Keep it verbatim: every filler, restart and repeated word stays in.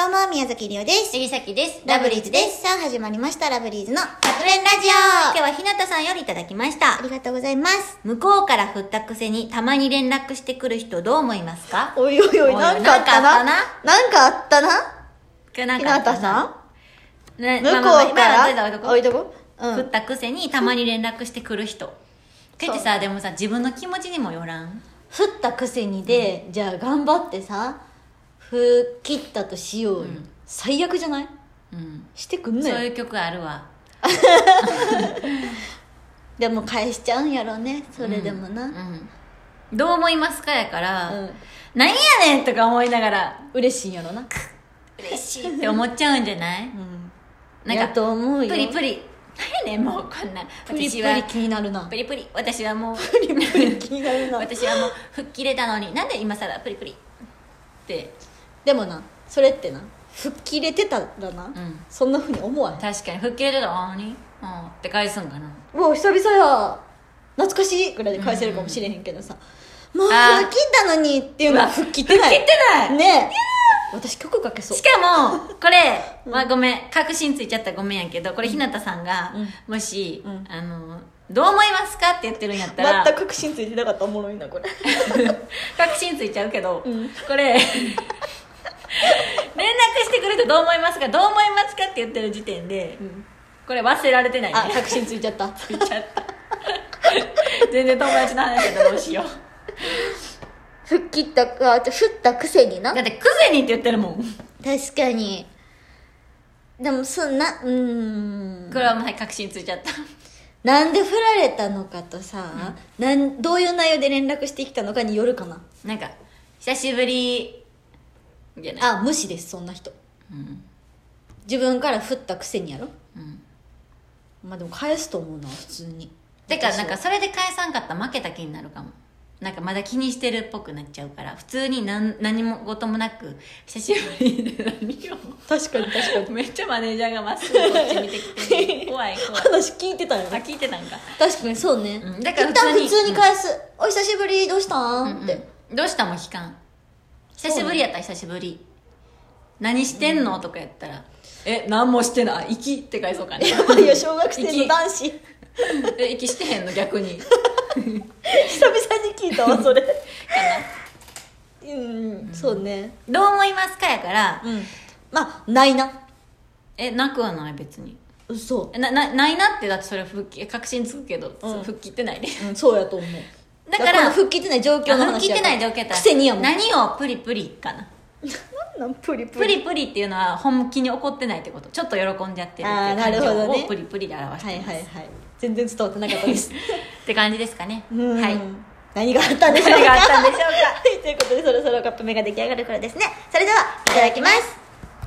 うも、宮崎りおです。 杉崎です。 ラブリーズです。さあ、始まりました。ラブリーズのカプレンラジオ。今日はひなたさんよりいただきました。 ありがとうございます。 向こうから振ったくせにたまに連絡してくる人どう思いますか？ おいおいおい、なんかあったな。なんかあったな。 ひなたさん、 ね、 向こうから置いとこう。振ったくせにたまに連絡してくる人。けってさ、でもさ、自分の気持ちにもよらん？ 振ったくせにで、うん、じゃあ頑張ってさ、吹っ切ったとしよう、うん、最悪じゃない？うん、してくんのよ。 そういう曲あるわ。 でも返しちゃうんやろね、それでもな、うんうん、どう思いますかやから、うん、なんやねんとか思いながら嬉しいんやろな。 嬉しいって思っちゃうんじゃない？うん、 なんかやと思うよ。 プリプリ何やねん、もうこんな。 プリプリ気になるな。 プリプリ、私はもうプリプリ気になるな。 私はもう吹っ切れたのに、なんで今更プリプリって。 でもな、それってな、吹っ切れてたらな、うん、そんなふうに思わへん。 確かに吹っ切れてたら何、うん、って返すんかな。 うわ久々や懐かしいぐらいで返せるかもしれへんけどさ、うんうん、もう吹っ切ったのにっていうのは吹っ切ってない。 吹っ切ってないねえ。私曲かけそう。 しかもこれ、まあ、ごめん確信ついちゃったらごめんやけど、これひなたさんが、うん、もし、うん、あのどう思いますかって言ってるんやったら、 全く確信ついてなかったらおもろいなこれ。 確信ついちゃうけど、うん、これ連絡してくる人どう思いますか、どう思いますかって言ってる時点で、うん、これ忘れられてないね。 あ、確信ついちゃったついちゃった全然友達の話だったらどうしよう。 吹っ切ったか、振ったくせにな。 だってくせにって言ってるもん。 確かに。でもそんな、うーん。 これはもう確信ついちゃった。 なんで振られたのかとさ、うん、なんどういう内容で連絡してきたのかによるかな。 なんか久しぶりじゃない。 あ、無視です、そんな人。うん、自分から振ったくせにやろ。うん、まあでも返すと思うな、普通に。 てかなんかそれで返さんかったら負けた気になるかも。なんかまだ気にしてるっぽくなっちゃうから、普通に何何も事もなく久しぶりで何を。 確かに確かに。 めっちゃマネージャーがまっすぐこっち見てきて怖い怖い。 話聞いてたよ。 あ、聞いてたんか。 確かにそうね、うん、だから普通に一旦普通に返す、うん、お久しぶりどうしたん、うんうん、ってどうしたも引かん。久しぶりやったら久しぶり、何してんの、うん、とかやったらえ、何もしてない、息って返そうかね。 やばいよ、小学生の男子。 え、息してへんの逆に。 久々に聞いたわそれかな。うん、うん、そうね。 どう思いますかやから、 うん、まあないな。 え、なくはない別に。 嘘。 ななないなって。だってそれ復帰確信つくけど、うん、復帰ってないで、 うん、そうやと思う。 だから復帰ってない状況の話やから。 復帰ってない状況やったらくせにやもん。 何をプリプリかな。 なんプリプリプリプリっていうのは本気に怒ってないってこと、ちょっと喜んじゃってるっていう感情をプリプリで表してます。 はいはいはい。全然伝わってなかったですって感じですかね。はい。 何があったんでしょうか。 何があったんでしょうか。 ということで、そろそろカップ麺が出来上がる頃ですね。それではいただきます。